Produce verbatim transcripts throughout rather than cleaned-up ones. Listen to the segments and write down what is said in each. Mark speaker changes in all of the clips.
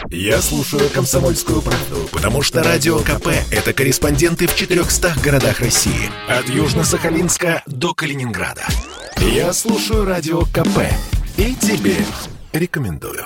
Speaker 1: Я слушаю «Комсомольскую правду», потому что Радио КП – это корреспонденты в четырехстах городах России. От Южно-Сахалинска до Калининграда. Я слушаю Радио КП и тебе рекомендую.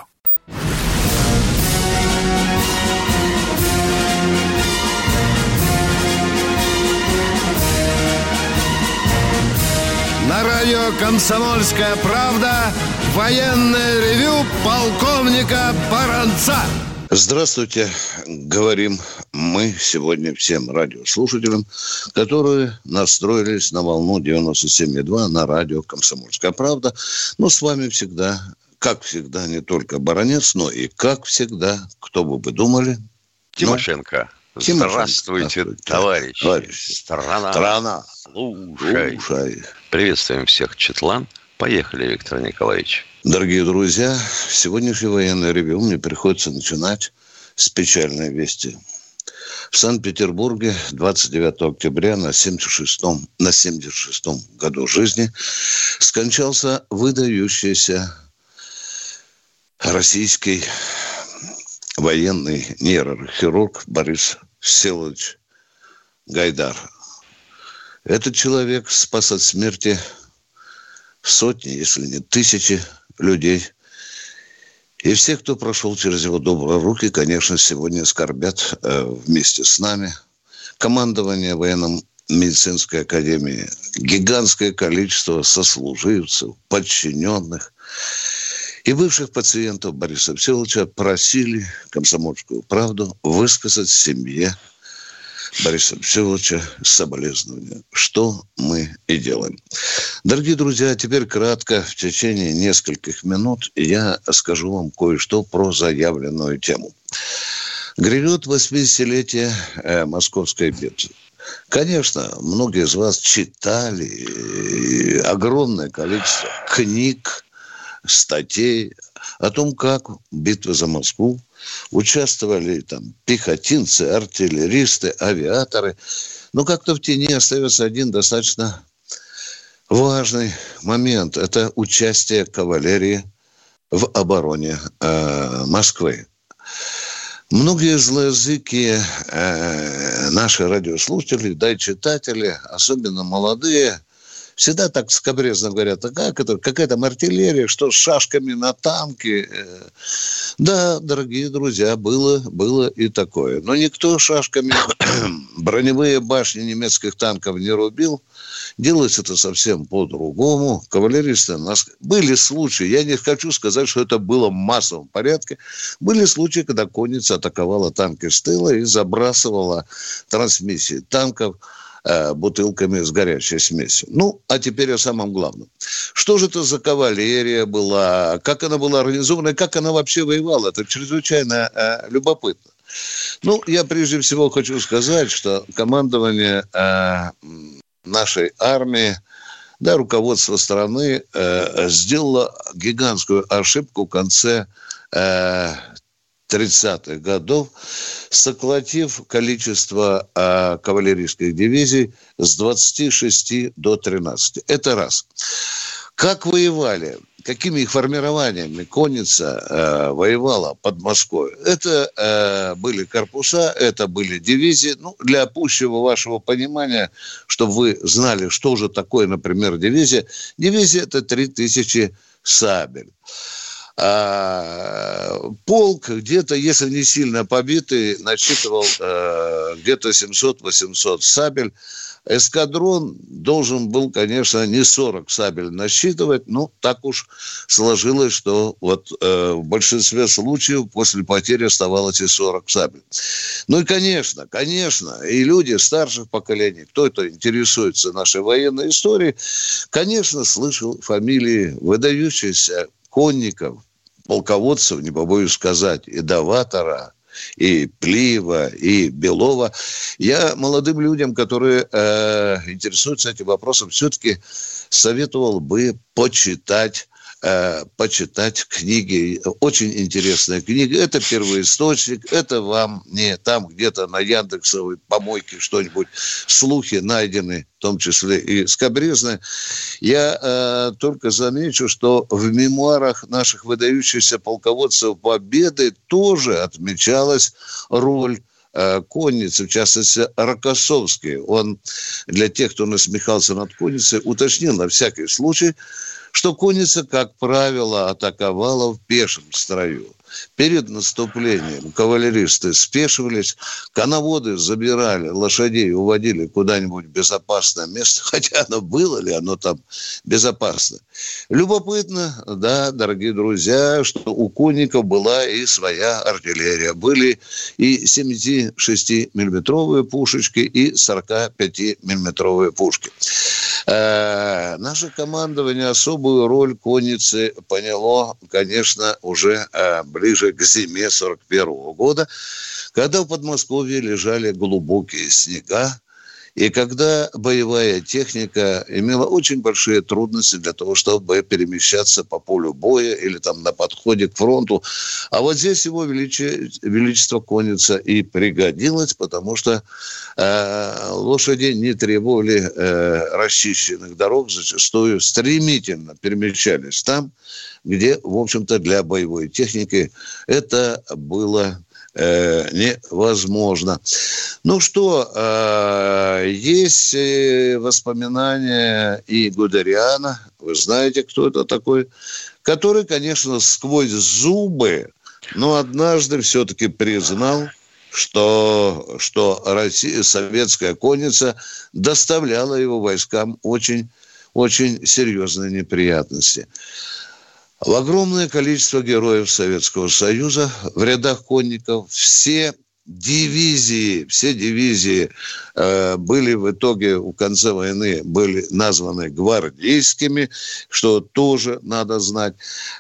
Speaker 2: На радио «Комсомольская правда» военное ревю полковника Баранца. Здравствуйте, говорим мы сегодня всем радиослушателям, которые настроились на волну девяносто семь и два на радио «Комсомольская правда». Но с вами всегда, как всегда, не только Баранец, но и, как всегда, кто бы вы думали,
Speaker 3: Тимошенко.
Speaker 2: Но...
Speaker 3: Здравствуйте,
Speaker 2: Здравствуйте,
Speaker 3: товарищи.
Speaker 2: товарищи.
Speaker 3: Страна.
Speaker 2: Страна.
Speaker 3: Слушай.
Speaker 2: Слушай.
Speaker 3: Приветствуем всех, Четлан. Поехали, Виктор Николаевич.
Speaker 2: Дорогие друзья, сегодняшний военный ревью мне приходится начинать с печальной вести. В Санкт-Петербурге двадцать девятого октября на семьдесят шестом, на семьдесят шестом году жизни скончался выдающийся российский военный нейрохирург Борис Всеволодович Гайдар. Этот человек спас от смерти сотни, если не тысячи людей. И все, кто прошел через его добрые руки, конечно, сегодня скорбят э, вместе с нами. Командование военно-медицинской академии, гигантское количество сослуживцев, подчиненных и бывших пациентов Бориса Всеволодовича просили «Комсомольскую правду» высказать семье Бориса Всеволодовича соболезнования, что мы и делаем. Дорогие друзья, теперь кратко, в течение нескольких минут я скажу вам кое-что про заявленную тему. Грядет восьмидесятилетие э, московской битвы. Конечно, многие из вас читали огромное количество книг, статей о том, как битва за Москву участвовали там пехотинцы, артиллеристы, авиаторы. Но как-то в тени остается один достаточно важный момент. Это участие кавалерии в обороне э, Москвы. Многие злоязыкие э, наши радиослушатели, да и читатели, особенно молодые, всегда так скабрезно говорят: а как это, какая там артиллерия, что с шашками на танке. Да, дорогие друзья, было, было и такое. Но никто шашками броневые башни немецких танков не рубил. Делается это совсем по-другому. Кавалеристы нас... Были случаи, я не хочу сказать, что это было в массовом порядке. Были случаи, когда конница атаковала танки с тыла и забрасывала трансмиссии танков бутылками с горячей смесью. Ну, а теперь о самом главном. Что же это за кавалерия была? Как она была организована? И как она вообще воевала? Это чрезвычайно э, любопытно. Ну, я прежде всего хочу сказать, что командование э, нашей армии, да, руководство страны э, сделало гигантскую ошибку в конце э, тридцатых годов, сократив количество э, кавалерийских дивизий с двадцати шести до тринадцати. Это раз. Как воевали, какими их формированиями конница э, воевала под Москвой? Это э, были корпуса, это были дивизии. Ну, для пущего вашего понимания, чтобы вы знали, что же такое, например, дивизия. Дивизия – это три тысячи сабель. А, полк где-то, если не сильно побитый, насчитывал э, где-то семьсот-восемьсот сабель. Эскадрон должен был, конечно, не сорок сабель насчитывать, но так уж сложилось, что вот э, в большинстве случаев после потери оставалось и сорок сабель. Ну и, конечно, конечно, и люди старших поколений, кто это интересуется нашей военной историей, конечно, слышал фамилии выдающихся конников, полководцев, не побоюсь сказать, и Даватора, и Плиева, и Белова. Я молодым людям, которые э, интересуются этим вопросом, все-таки советовал бы почитать э, почитать книги. Очень интересная книга. Это первоисточник. Это вам не там где-то на Яндексовой помойке что-нибудь, слухи найдены, в том числе и скабрезные. Я э, только замечу, что в мемуарах наших выдающихся полководцев Победы тоже отмечалась роль конницы, в частности, Рокоссовский. Он для тех, кто насмехался над конницей, уточнил на всякий случай, что конница, как правило, атаковала в пешем строю. Перед наступлением кавалеристы спешивались, коноводы забирали лошадей, уводили куда-нибудь в безопасное место, хотя оно было ли оно там безопасно. Любопытно, да, дорогие друзья, что у конников была и своя артиллерия. Были и семьдесят шесть миллиметровые пушечки, и сорок пять миллиметровые пушки. Э, наше командование особую роль конницы поняло, конечно, уже э, ближе к зиме сорок первого года, когда в Подмосковье лежали глубокие снега, и когда боевая техника имела очень большие трудности для того, чтобы перемещаться по полю боя или там на подходе к фронту. А вот здесь его величие, величество конница и пригодилось, потому что э, лошади не требовали э, расчищенных дорог, зачастую стремительно перемещались там, где, в общем-то, для боевой техники это было э, невозможно. Ну что, э, есть воспоминания и Гудериана, вы знаете, кто это такой, который, конечно, сквозь зубы, но однажды все-таки признал, что, что Россия, советская конница доставляла его войскам очень, очень серьезные неприятности. В огромное количество героев Советского Союза в рядах конников все дивизии, все дивизии э, были в итоге в конце войны были названы гвардейскими, что тоже надо знать.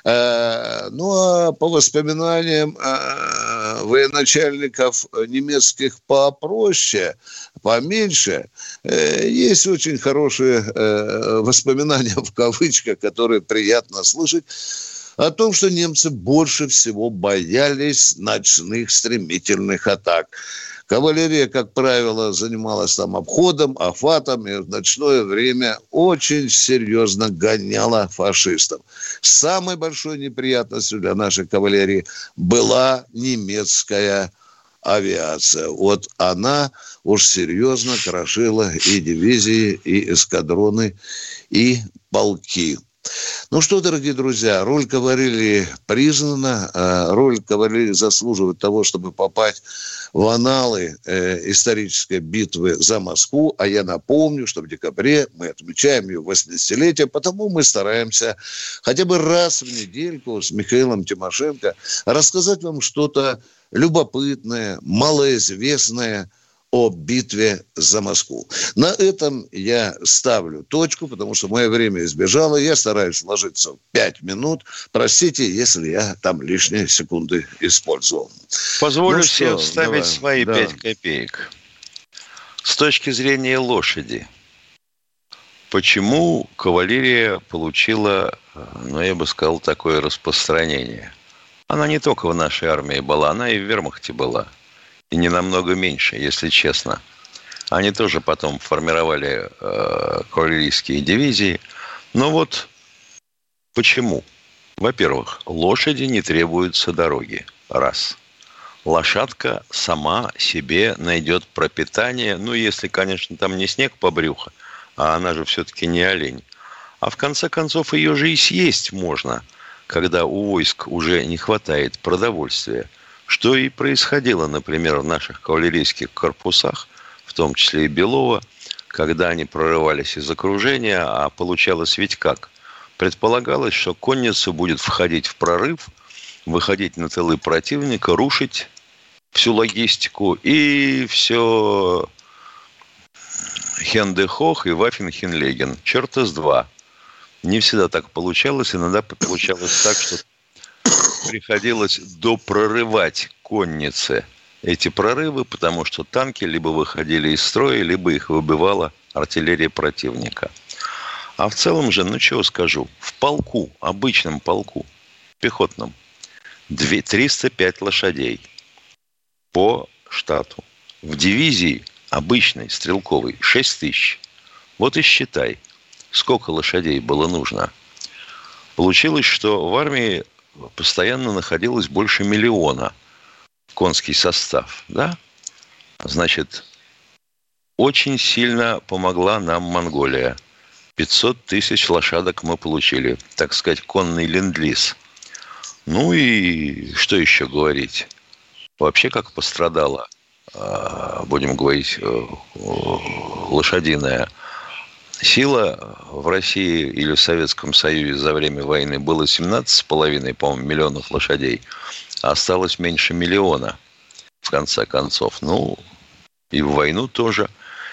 Speaker 2: Э, ну а по воспоминаниям э, военачальников немецких попроще, поменьше, э, есть очень хорошие э, воспоминания в кавычках, которые приятно слышать, о том, что немцы больше всего боялись ночных стремительных атак. Кавалерия, как правило, занималась там обходом, охватом, и в ночное время очень серьезно гоняла фашистов. Самой большой неприятностью для нашей кавалерии была немецкая авиация. Вот она уж серьезно крошила и дивизии, и эскадроны, и полки. Ну что, дорогие друзья, роль кавалерии признана, роль кавалерии заслуживает того, чтобы попасть в анналы э, исторической битвы за Москву. А я напомню, что в декабре мы отмечаем ее восьмидесятилетие, потому мы стараемся хотя бы раз в недельку с Михаилом Тимошенко рассказать вам что-то любопытное, малоизвестное о битве за Москву. На этом я ставлю точку, потому что мое время избежало. Я стараюсь вложиться в пять минут. Простите, если я там лишние секунды использовал.
Speaker 3: Позволю
Speaker 2: ну
Speaker 3: себе
Speaker 2: что,
Speaker 3: вставить
Speaker 2: давай,
Speaker 3: свои
Speaker 2: да.
Speaker 3: пять копеек. С точки зрения лошади, почему кавалерия получила, ну, я бы сказал, такое распространение? Она не только в нашей армии была, она и в вермахте была. И не намного меньше, если честно. Они тоже потом формировали э, кавалерийские дивизии. Но вот почему? Во-первых, лошади не требуются дороги. Раз. Лошадка сама себе найдет пропитание. Ну, если, конечно, там не снег по брюху, а она же все-таки не олень. А в конце концов, ее же и съесть можно, когда у войск уже не хватает продовольствия. Что и происходило, например, в наших кавалерийских корпусах, в том числе и Белова, когда они прорывались из окружения, а получалось ведь как? Предполагалось, что конница будет входить в прорыв, выходить на тылы противника, рушить всю логистику и все хен-де-хох и вафен-хен-леген. Черта с два. Не всегда так получалось, иногда получалось так, что приходилось допрорывать конницы эти прорывы, потому что танки либо выходили из строя, либо их выбивала артиллерия противника. А в целом же, ну чего скажу, в полку, обычном полку, пехотном, триста пять лошадей по штату. В дивизии обычной, стрелковой, шесть тысяч. Вот и считай, сколько лошадей было нужно. Получилось, что в армии постоянно находилось больше миллиона конский состав, да? Значит, очень сильно помогла нам Монголия. пятьсот тысяч лошадок мы получили, так сказать, конный ленд-лиз. Ну и что еще говорить? Вообще как пострадала, будем говорить, лошадиная сила в России или в Советском Союзе за время войны было семнадцать с половиной, по-моему, миллионов лошадей, а осталось меньше миллиона, в конце концов. Ну, и в войну тоже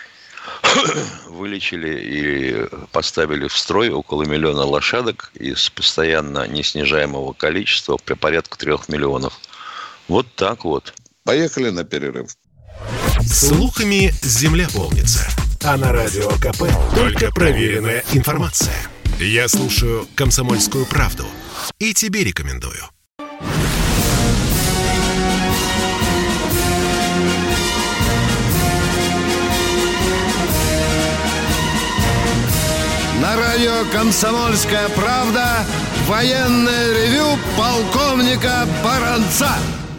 Speaker 3: вылечили и поставили в строй около миллиона лошадок из постоянно неснижаемого количества при порядка трех миллионов. Вот так вот.
Speaker 2: Поехали на перерыв.
Speaker 1: Слухами земля полнится. А на Радио КП только проверенная информация. Я слушаю «Комсомольскую правду» и тебе рекомендую.
Speaker 4: На радио «Комсомольская правда» военное ревю полковника Баранца.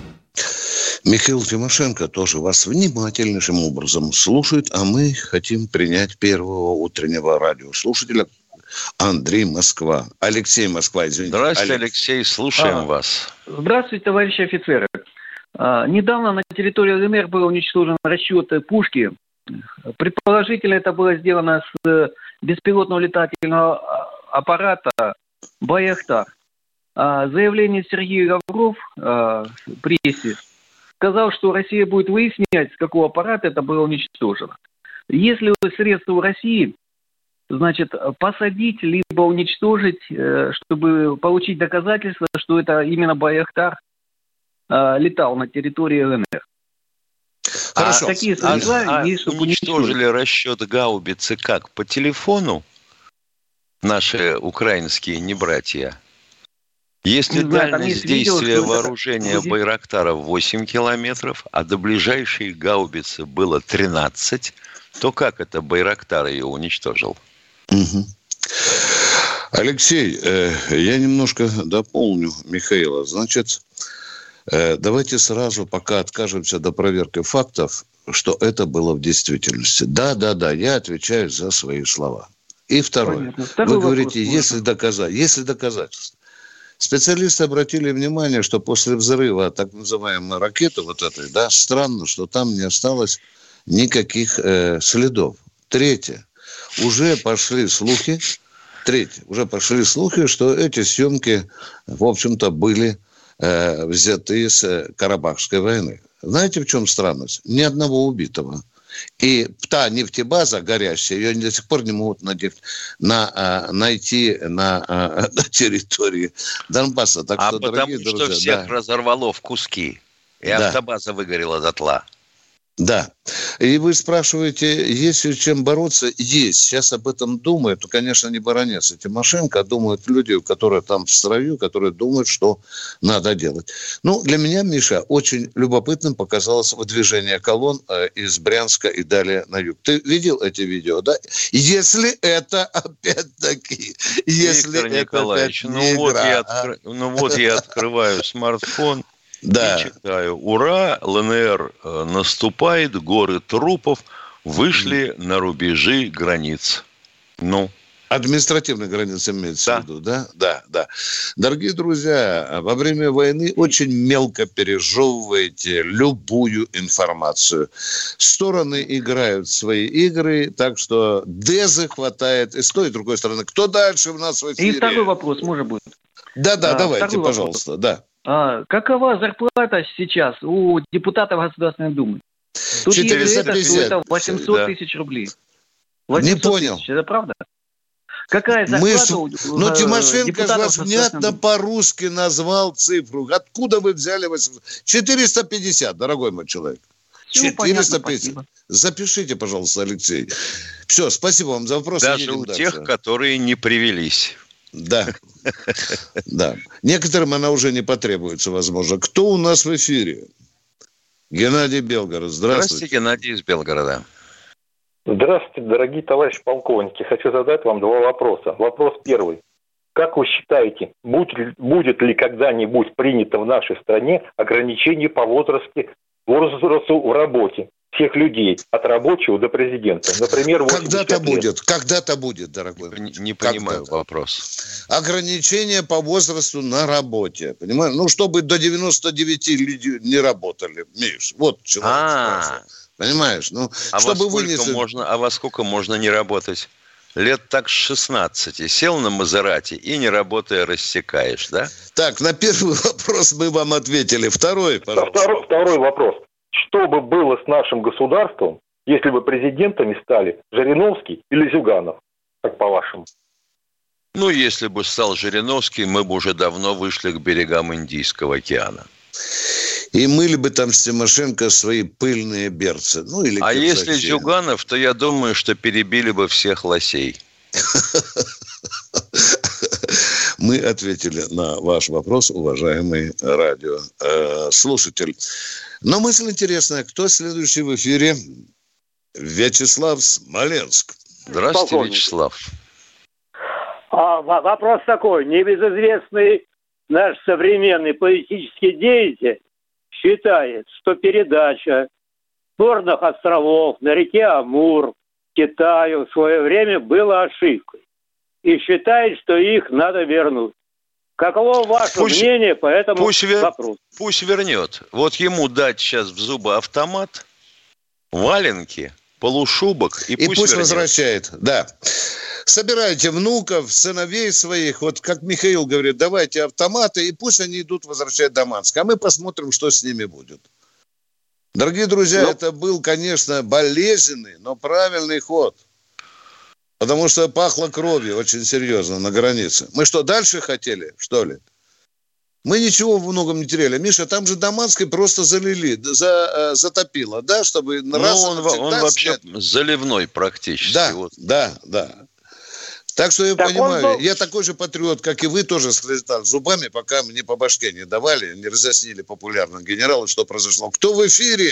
Speaker 2: Михаил Тимошенко тоже вас внимательнейшим образом слушает, а мы хотим принять первого утреннего радиослушателя. Андрей, Москва. Алексей, Москва, извините.
Speaker 3: Здравствуйте,
Speaker 2: Алекс.
Speaker 3: Алексей, слушаем
Speaker 5: а,
Speaker 3: вас.
Speaker 5: Здравствуйте, товарищи офицеры. А, недавно на территории ЛНР был уничтожен расчет пушки. Предположительно, это было сделано с беспилотного летательного аппарата «Байрактар». А, заявление Сергея Лавров а, в прессе сказал, что Россия будет выяснять, с какого аппарата это было уничтожено. Если средства у России, значит, посадить, либо уничтожить, чтобы получить доказательства, что это именно Байрактар летал на территории ЛНР.
Speaker 2: Хорошо.
Speaker 5: А такие средства
Speaker 3: а,
Speaker 5: есть, чтобы
Speaker 3: уничтожили расчет гаубицы как? По телефону? Наши украинские небратья. Если
Speaker 5: Не знаю,
Speaker 3: дальность действия видео, вооружения это... Байрактара восемь километров, а до ближайшей гаубицы было тринадцать, то как это Байрактар ее уничтожил?
Speaker 2: Угу. Алексей, э, я немножко дополню Михаила. Значит, э, давайте сразу, пока откажемся до проверки фактов, что это было в действительности. Да, да, да, я отвечаю за свои слова. И второе. Вы говорите, если доказать, если доказательства. Специалисты обратили внимание, что после взрыва так называемой ракеты вот этой, да, странно, что там не осталось никаких э, следов. Третье. Уже пошли слухи, третье, уже пошли слухи, что эти съемки, в общем-то, были э, взяты с Карабахской войны. Знаете, в чем странность? Ни одного убитого. И та нефтебаза горящая, ее до сих пор не могут надев... на, а, найти на, а, на территории Донбасса. Так
Speaker 3: а
Speaker 2: что,
Speaker 3: потому что
Speaker 2: друзья,
Speaker 3: всех
Speaker 2: да.
Speaker 3: разорвало в куски. И
Speaker 2: да.
Speaker 3: автобаза выгорела дотла.
Speaker 2: Да. И вы спрашиваете, есть ли чем бороться? Есть. Сейчас об этом думают. Ну, конечно, не баронец и Тимошенко, а думают люди, которые там в строю, которые думают, что надо делать. Ну, для меня, Миша, очень любопытным показалось выдвижение колонн из Брянска и далее на юг. Ты видел эти видео, да? Если это, опять-таки, если
Speaker 3: Виктор
Speaker 2: это
Speaker 3: Николаевич,
Speaker 2: опять
Speaker 3: ну,
Speaker 2: не
Speaker 3: вот
Speaker 2: игра,
Speaker 3: я
Speaker 2: а?
Speaker 3: откр... ну вот я открываю смартфон.
Speaker 2: Да.
Speaker 3: И читаю. Ура, ЛНР наступает, горы трупов вышли mm. на рубежи границ. Ну.
Speaker 2: Административной границы имеется да. в виду, да? Да, да. Дорогие друзья, во время войны очень мелко пережевывайте любую информацию. Стороны играют свои игры, так что дезы хватает и с той, и с другой стороны. Кто дальше у нас в эфире?
Speaker 5: И второй вопрос, может быть.
Speaker 2: Да-да,
Speaker 5: а,
Speaker 2: давайте, пожалуйста, вопрос. Да.
Speaker 5: А, какова зарплата сейчас у депутатов Государственной Думы? Тут
Speaker 2: четыреста пятьдесят.
Speaker 5: Есть это, что это восемьсот да. тысяч рублей. восемьсот
Speaker 2: Не понял.
Speaker 5: Тысяч, это правда? Какая зарплата
Speaker 2: Мы...
Speaker 5: у
Speaker 2: Ну, Тимошенко же вас внятно
Speaker 5: Думы?
Speaker 2: по-русски назвал цифру. Откуда вы взяли восемьсот? четыреста пятьдесят, дорогой мой человек. четыреста пятьдесят. Запишите, пожалуйста, Алексей. Все, спасибо вам за вопрос.
Speaker 3: Даже у дальше. Тех, которые не привелись.
Speaker 2: Да. Да. Некоторым она уже не потребуется, возможно. Кто у нас в эфире? Геннадий Белгород. Здравствуйте.
Speaker 3: Здравствуйте, Геннадий из Белгорода.
Speaker 6: Здравствуйте, дорогие товарищи полковники. Хочу задать вам два вопроса. Вопрос первый. Как вы считаете, будет, будет ли когда-нибудь принято в нашей стране ограничение по возрасту, возрасту в работе всех людей, от рабочего до президента? Например,
Speaker 2: когда-то
Speaker 6: лет.
Speaker 2: будет, когда-то будет, дорогой.
Speaker 3: Не, не понимаю когда-то. Вопрос.
Speaker 2: Ограничение по возрасту на работе, понимаешь? Ну, чтобы до девяноста девяти люди не работали, Миш. Вот человек спрашивает. Понимаешь? Ну,
Speaker 3: а,
Speaker 2: чтобы
Speaker 3: во
Speaker 2: вынесли...
Speaker 3: можно, а во сколько можно не работать? Лет так с шестнадцати сел на Мазерати и, не работая, рассекаешь, да?
Speaker 2: Так, на первый вопрос мы вам ответили. Второй, пожалуйста.
Speaker 6: Второй, второй вопрос. Что бы было с нашим государством, если бы президентами стали Жириновский или Зюганов? Как по-вашему?
Speaker 3: Ну, если бы стал Жириновский, мы бы уже давно вышли к берегам Индийского океана.
Speaker 2: И мыли бы там с Тимошенко свои пыльные берцы. Ну, или
Speaker 3: а если Зюганов, то я думаю, что перебили бы всех лосей.
Speaker 2: Мы ответили на ваш вопрос, уважаемый радиослушатель. Но мысль интересная. Кто следующий в эфире? Вячеслав, Смоленск.
Speaker 3: Здравствуйте, полковник. Вячеслав.
Speaker 7: А, вопрос такой. Небезызвестный наш современный политический деятель считает, что передача Горных островов на реке Амур Китаю в свое время была ошибкой. И считает, что их надо вернуть. Каково ваше пусть, мнение по этому
Speaker 3: пусть вер,
Speaker 7: вопросу?
Speaker 3: Пусть вернет. Вот ему дать сейчас в зубы автомат, валенки, полушубок и,
Speaker 2: и
Speaker 3: пусть,
Speaker 2: пусть
Speaker 3: вернет.
Speaker 2: Возвращает. Да. Собирайте внуков, сыновей своих. Вот как Михаил говорит, давайте автоматы, и пусть они идут возвращать Даманск. А мы посмотрим, что с ними будет. Дорогие друзья, ну, это был, конечно, болезненный, но правильный ход. Потому что пахло кровью очень серьезно на границе. Мы что, дальше хотели, что ли? Мы ничего в многом не теряли. Миша, там же Даманской просто залили, за, затопило, да, чтобы
Speaker 3: ну,
Speaker 2: раз
Speaker 3: он, он вообще снять. Заливной практически.
Speaker 2: Да,
Speaker 3: вот.
Speaker 2: да, да. Так что я так понимаю, был... я такой же патриот, как и вы, тоже скрежетал зубами, пока мне по башке не давали, не разъяснили популярным генералу, что произошло. Кто в эфире?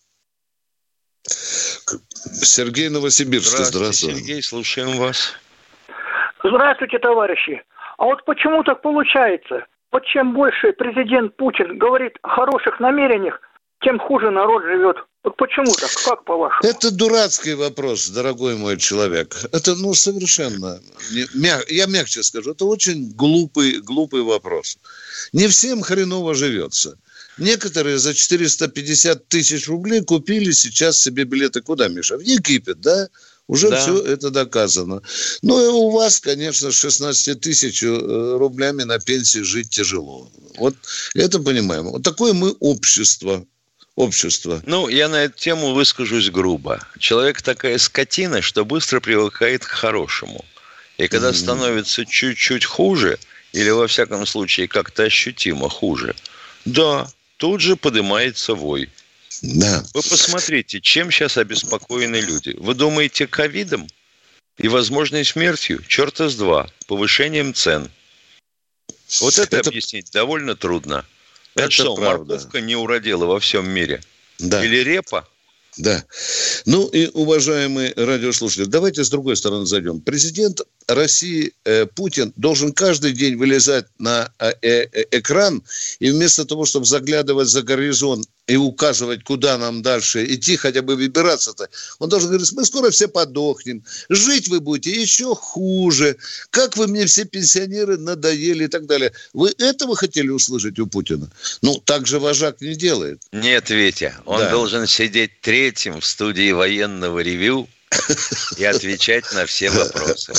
Speaker 2: Сергей Новосибирск.
Speaker 3: Здравствуйте, Здравствуйте, Сергей, слушаем вас.
Speaker 8: Здравствуйте, товарищи. А вот почему так получается? Вот чем больше президент Путин говорит о хороших намерениях, тем хуже народ живет. Вот почему так? Как по-вашему?
Speaker 2: Это дурацкий вопрос, дорогой мой человек. Это, ну, совершенно... Мяг... Я мягче скажу. Это очень глупый, глупый вопрос. Не всем хреново живется. Некоторые за четыреста пятьдесят тысяч рублей купили сейчас себе билеты. Куда, Миша? В Египет, да? Уже да. Все это доказано. Ну, и у вас, конечно, с шестнадцати тысяч рублями на пенсии жить тяжело. Вот это понимаем. Вот такое мы общество. Общество.
Speaker 3: Ну, я на эту тему выскажусь грубо. Человек такая скотина, что быстро привыкает к хорошему. И когда mm-hmm. становится чуть-чуть хуже, или, во всяком случае, как-то ощутимо хуже, да, тут же поднимается вой.
Speaker 2: Да.
Speaker 3: Вы посмотрите, чем сейчас обеспокоены люди. Вы думаете, ковидом и возможной смертью? Черта с два. Повышением цен. Вот это, это... объяснить довольно трудно. Это, это что, правда. Морковка не уродила во всем мире?
Speaker 2: Да.
Speaker 3: Или репа?
Speaker 2: Да. Ну и, уважаемые радиослушатели, давайте с другой стороны зайдем. Президент России э, Путин должен каждый день вылезать на э, э, экран и вместо того, чтобы заглядывать за горизонт и указывать, куда нам дальше идти, хотя бы выбираться-то, он должен говорить, мы скоро все подохнем, жить вы будете еще хуже, как вы мне все пенсионеры надоели и так далее. Вы этого хотели услышать у Путина? Ну, так же вожак не делает.
Speaker 3: Нет, Витя, он да. должен сидеть третьим в студии военного ревью и отвечать на все вопросы.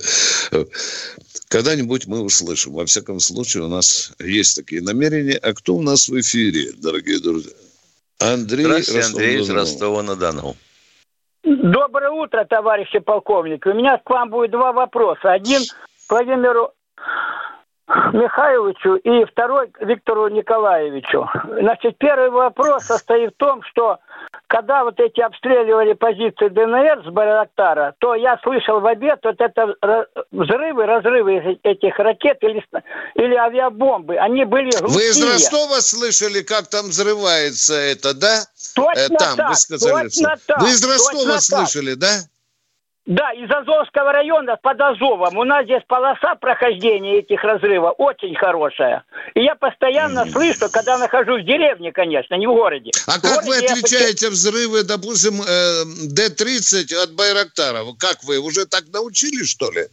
Speaker 2: Когда-нибудь мы услышим. Во всяком случае, у нас есть такие намерения. А кто у нас в эфире, дорогие друзья? Андрей,
Speaker 3: Здравствуйте, Андрей из Ростова-на-Дону.
Speaker 8: Доброе утро, товарищи полковники. У меня к вам будет два вопроса. Один к Владимиру Михайловичу и второй Виктору Николаевичу. Значит, первый вопрос состоит в том, что когда вот эти обстреливали позиции ДНР с Байрактара, то я слышал в обед вот это взрывы, разрывы этих ракет или, или авиабомбы, они были глухие.
Speaker 2: Вы из Ростова слышали, как там взрывается это, да?
Speaker 8: Точно
Speaker 2: э, там,
Speaker 8: так,
Speaker 2: вы сказали,
Speaker 8: точно
Speaker 2: что...
Speaker 8: так.
Speaker 2: Вы из Ростова
Speaker 8: точно
Speaker 2: слышали,
Speaker 8: так.
Speaker 2: да?
Speaker 8: Да, из Азовского района под Азовом. У нас здесь полоса прохождения этих разрывов очень хорошая. И я постоянно mm. слышу, когда нахожусь в деревне, конечно, не в городе.
Speaker 2: А
Speaker 8: в
Speaker 2: как
Speaker 8: городе
Speaker 2: вы отвечаете
Speaker 8: я...
Speaker 2: взрывы, допустим, э, Д тридцать от Байрактара? Как вы, уже так научились, что ли?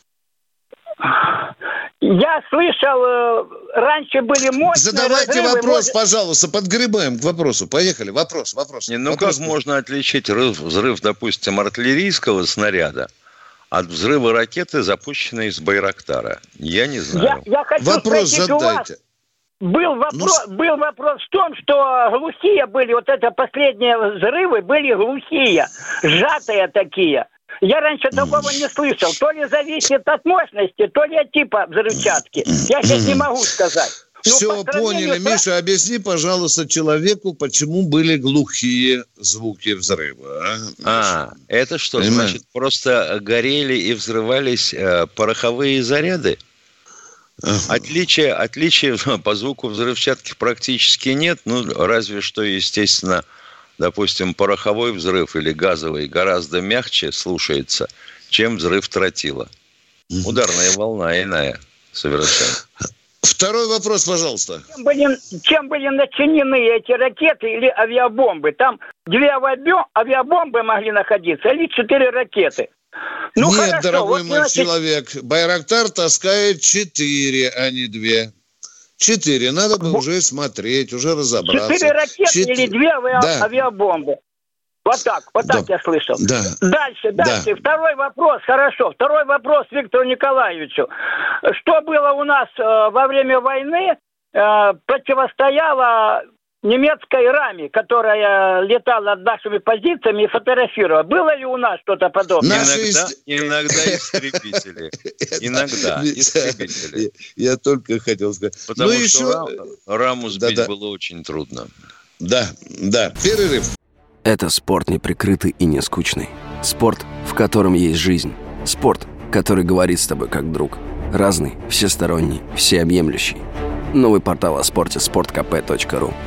Speaker 8: Я слышал, раньше были мощные
Speaker 2: Задавайте
Speaker 8: разрывы,
Speaker 2: вопрос,
Speaker 8: может...
Speaker 2: пожалуйста, подгребаем к вопросу. Поехали, вопрос, вопрос.
Speaker 3: Не, ну
Speaker 2: вопрос.
Speaker 3: как можно отличить взрыв, допустим, артиллерийского снаряда от взрыва ракеты, запущенной из Байрактара? Я не знаю.
Speaker 8: Я, я хочу
Speaker 2: вопрос
Speaker 8: спросить
Speaker 2: задайте.
Speaker 8: У вас, был, вопрос,
Speaker 2: ну...
Speaker 8: был вопрос в том, что глухие были, вот это последние взрывы были глухие, сжатые такие. Я раньше такого не слышал. То ли зависит от мощности, то ли от типа взрывчатки. Я сейчас не могу сказать. Ну,
Speaker 2: все, поняли.
Speaker 8: с...
Speaker 2: Миша, объясни, пожалуйста, человеку, почему были глухие звуки взрыва. А,
Speaker 3: а это что,
Speaker 2: Понимаешь?
Speaker 3: Значит, просто горели и взрывались э, пороховые заряды? Uh-huh. Отличия, отличия по звуку взрывчатки практически нет. Ну, разве что, естественно, допустим, пороховой взрыв или газовый гораздо мягче слушается, чем взрыв тротила. Ударная волна иная совершенно.
Speaker 2: Второй вопрос, пожалуйста.
Speaker 8: Чем были, чем были начинены эти ракеты или авиабомбы? Там две авиабомбы могли находиться или четыре ракеты? Ну,
Speaker 2: Нет,
Speaker 8: хорошо,
Speaker 2: дорогой
Speaker 8: вот,
Speaker 2: мой
Speaker 8: значит...
Speaker 2: человек, Байрактар таскает четыре, а не две. Четыре. Надо бы вот. уже смотреть, уже разобраться.
Speaker 8: Четыре ракеты Чет... или две ави...
Speaker 2: да.
Speaker 8: авиабомбы. Вот так, вот
Speaker 2: да.
Speaker 8: так я слышал.
Speaker 2: Да.
Speaker 8: Дальше, дальше.
Speaker 2: Да.
Speaker 8: Второй вопрос, хорошо. Второй вопрос Виктору Николаевичу. Что было у нас э, во время войны, э, противостояло немецкой раме, которая летала над нашими позициями и фотографировала. Было ли у нас что-то подобное?
Speaker 3: Иногда, иногда истребители. Иногда истребители.
Speaker 2: Я только хотел сказать.
Speaker 3: Потому что раму сбить было очень трудно.
Speaker 2: Да, да. Перерыв.
Speaker 9: Это спорт неприкрытый и не скучный. Спорт, в котором есть жизнь. Спорт, который говорит с тобой как друг. Разный, всесторонний, всеобъемлющий. Новый портал о спорте – спорт кэ пэ точка ру.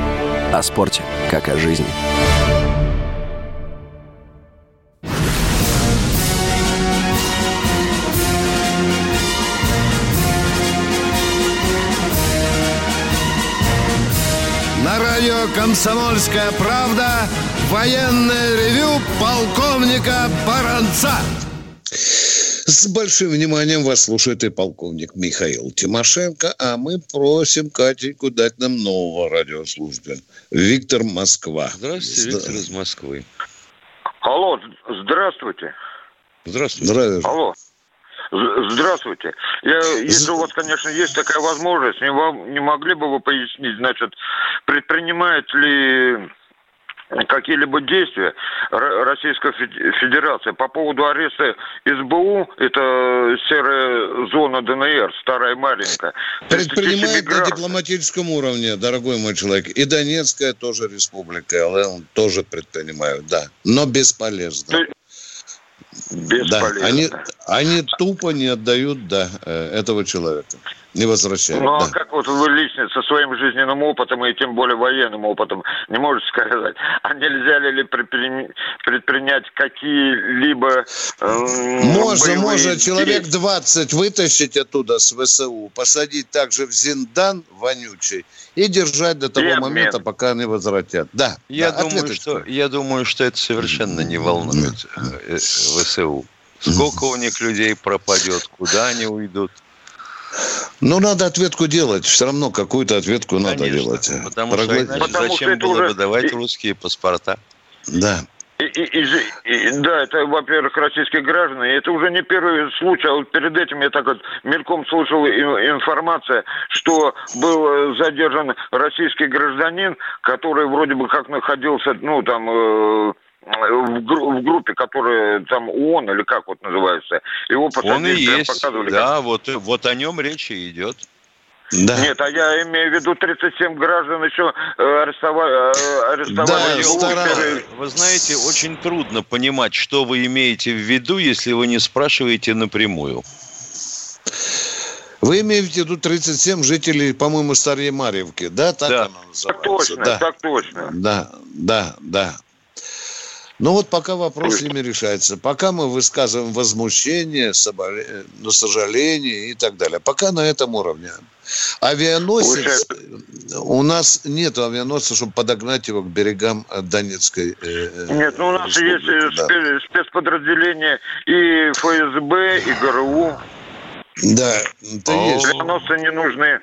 Speaker 9: О спорте, как о жизни.
Speaker 4: На радио «Комсомольская правда» военное ревю полковника Баранца.
Speaker 2: С большим вниманием вас слушает и полковник Михаил Тимошенко, а мы просим Катеньку дать нам нового радиослушателя. Виктор, Москва.
Speaker 3: Здравствуйте, Виктор из Москвы.
Speaker 10: Алло, здравствуйте.
Speaker 3: Здравствуйте.
Speaker 2: Здравствуйте.
Speaker 10: Алло. Здравствуйте. Я, если у вас, конечно, есть такая возможность, не, вам, не могли бы вы пояснить, значит, предпринимает ли какие-либо действия Российская Федерация по поводу ареста эс бэ у, это серая зона дэ эн эр, старая маленькая.
Speaker 2: Предпринимает на дипломатическом уровне, дорогой мой человек. И Донецкая тоже республика, эл эл тоже предпринимают, да. Но бесполезно.
Speaker 10: Бесполезно.
Speaker 2: Да, они, они тупо не отдают, да, этого человека. Не возвращают.
Speaker 10: Ну,
Speaker 2: да.
Speaker 10: а как вот вы лично со своим жизненным опытом и тем более военным опытом не можете сказать, а нельзя ли предпринять какие-либо э,
Speaker 2: Можно, можно.
Speaker 10: действия?
Speaker 2: Человек двадцать вытащить оттуда с вэ эс у, посадить также в зиндан вонючий и держать до того и момента, обмен. Пока не возвратят. Да.
Speaker 3: Я,
Speaker 2: да,
Speaker 3: думаю, что, я думаю, что это совершенно не волнует вэ эс у. Сколько у них людей пропадет, куда они уйдут?
Speaker 2: Ну, надо ответку делать. Все равно какую-то ответку
Speaker 3: Конечно,
Speaker 2: надо делать.
Speaker 3: Потому Проглад... что иначе потому зачем что было уже... выдавать русские паспорта?
Speaker 2: Да.
Speaker 10: И, и, и, и, да, это, во-первых, российские граждане. Это уже не первый случай. А вот перед этим я так вот мельком слышал информация, что был задержан российский гражданин, который вроде бы как находился, ну, там... Э, в, гру- в группе, которая там ООН или как вот называется, его посадили,
Speaker 3: Он и есть,
Speaker 10: показывали.
Speaker 3: да,
Speaker 10: как...
Speaker 3: вот, вот о нем речь и идет.
Speaker 2: Да.
Speaker 10: Нет, а я имею в виду тридцать семь граждан еще э, арестовали. Э, арестовали
Speaker 2: да,
Speaker 3: Вы знаете, очень трудно понимать, что вы имеете в виду, если вы не спрашиваете напрямую.
Speaker 2: Вы имеете в виду тридцать семь жителей, по-моему, Старой Марьевки, да? Так
Speaker 3: да.
Speaker 2: она называется.
Speaker 10: Так точно,
Speaker 2: да.
Speaker 10: так точно.
Speaker 2: Да, да, да. Ну вот пока вопрос с ними решается. Пока мы высказываем возмущение, соболе... ну, сожаление и так далее. Пока на этом уровне. Авианосец... У нас нет авианосца, чтобы подогнать его к берегам Донецкой э,
Speaker 10: Нет, ну у нас есть
Speaker 2: да.
Speaker 10: спецподразделения и эф эс бэ, и гэ эр у.
Speaker 2: Да, это есть.
Speaker 10: Авианосцы не нужны.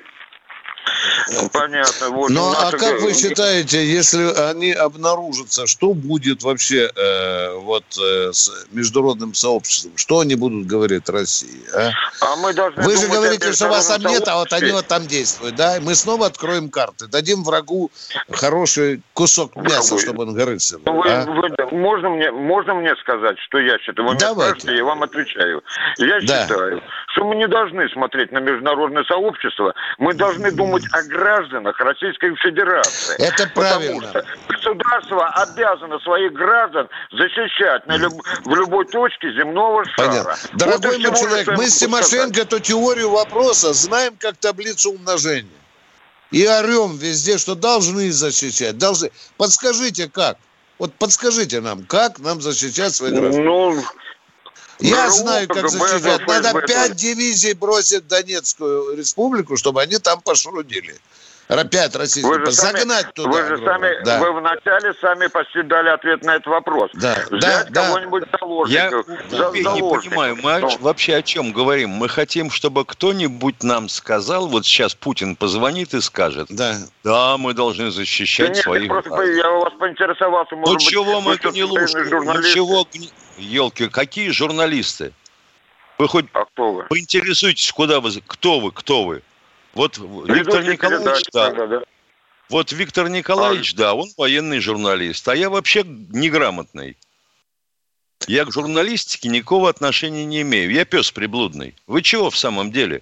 Speaker 10: Понятно. Вот
Speaker 2: ну, а
Speaker 10: наших...
Speaker 2: как вы считаете, если они обнаружатся, что будет вообще э, вот, э, с международным сообществом? Что они будут говорить России? А?
Speaker 10: А мы должны
Speaker 2: вы же
Speaker 10: думать,
Speaker 2: говорите, что вас там нет, а вот они
Speaker 10: сообществе.
Speaker 2: вот там действуют. Да? Мы снова откроем карты, дадим врагу хороший кусок мяса,
Speaker 10: Врагу.
Speaker 2: чтобы он горылся.
Speaker 10: Ну, вы,
Speaker 2: а?
Speaker 10: вы, можно, мне, можно мне сказать, что я считаю? Вы меня
Speaker 2: Давайте.
Speaker 10: спрашиваете, я вам отвечаю. Я
Speaker 2: Да.
Speaker 10: считаю, что мы не должны смотреть на международное сообщество, мы должны думать о гражданах Российской Федерации.
Speaker 2: Это правильно.
Speaker 10: Потому что государство обязано своих граждан защищать на люб... в любой точке земного шара.
Speaker 2: Понятно. Дорогой
Speaker 10: вот
Speaker 2: мой человек, мы с Тимошенко эту теорию вопроса знаем как таблицу умножения. И орем везде, что должны защищать. Должны. Подскажите, как? Вот подскажите нам, как нам защищать своих граждан?
Speaker 10: Ну...
Speaker 2: Я
Speaker 10: ГРУ,
Speaker 2: знаю, как
Speaker 10: КГБ,
Speaker 2: защищать.
Speaker 10: ФСБ,
Speaker 2: Надо
Speaker 10: ФСБ.
Speaker 2: пять дивизий бросить в Донецкую республику, чтобы они там пошрудили. Пять российских.
Speaker 10: Вы же
Speaker 2: Загнать
Speaker 10: сами,
Speaker 2: туда.
Speaker 10: Вы же
Speaker 2: грубо.
Speaker 10: сами,
Speaker 2: да.
Speaker 10: вы вначале сами почти дали ответ на этот вопрос.
Speaker 2: Да,
Speaker 10: Взять
Speaker 2: да,
Speaker 10: кого-нибудь
Speaker 3: Я
Speaker 10: заложников. за,
Speaker 3: не
Speaker 10: заложников.
Speaker 3: понимаю, мы о-
Speaker 10: Ну,
Speaker 3: вообще о чем говорим? Мы хотим, чтобы кто-нибудь нам сказал, вот сейчас Путин позвонит и скажет,
Speaker 2: Да.
Speaker 3: да, мы должны
Speaker 10: да
Speaker 3: защищать
Speaker 10: нет,
Speaker 3: своих
Speaker 10: просто
Speaker 3: граждан.
Speaker 10: я у вас поинтересовался, может
Speaker 3: Ну
Speaker 10: быть,
Speaker 3: чего мы
Speaker 10: вы тут
Speaker 3: гнилушки?
Speaker 10: постоянный
Speaker 3: Ну
Speaker 10: журналист.
Speaker 3: чего гни... Елки, какие журналисты? Вы хоть
Speaker 10: А кто вы?
Speaker 3: поинтересуйтесь, куда вы, кто вы, кто вы? Вот Виктор
Speaker 10: Ведущий
Speaker 3: Николаевич,
Speaker 10: передачи
Speaker 3: да.
Speaker 10: тогда, да.
Speaker 3: Вот Виктор Николаевич, да, он военный журналист, а я вообще неграмотный. Я к журналистике никакого отношения не имею. Я пес приблудный. Вы чего в самом деле?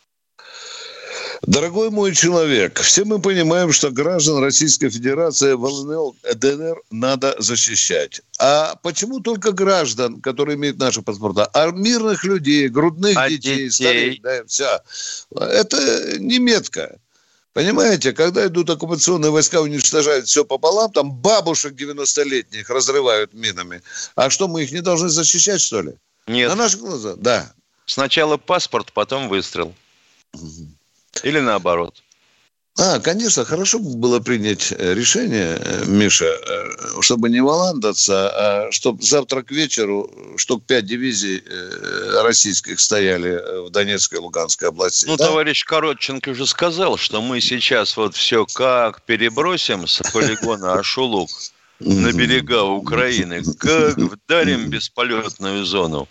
Speaker 2: Дорогой мой человек, все мы понимаем, что граждан Российской Федерации в эл эн эл, дэ эн эр надо защищать. А почему только граждан, которые имеют наши паспорта, а мирных людей, грудных
Speaker 3: А
Speaker 2: детей,
Speaker 3: детей?
Speaker 2: старых, да, все. Это не метко. Понимаете, когда идут оккупационные войска, уничтожают все пополам, там бабушек девяностолетних разрывают минами. А что, мы их не должны защищать, что ли?
Speaker 3: Нет.
Speaker 2: На наши глаза, да.
Speaker 3: Сначала паспорт, потом выстрел. Или наоборот.
Speaker 2: А, конечно, хорошо бы было принять решение, Миша, чтобы не валандаться, а чтобы завтра к вечеру штук пять дивизий российских стояли в Донецкой и Луганской области.
Speaker 3: Ну,
Speaker 2: да?
Speaker 3: товарищ Коротченко же сказал, что мы сейчас вот все как перебросим с полигона Ашулук на берега Украины, как вдарим бесполетную зону.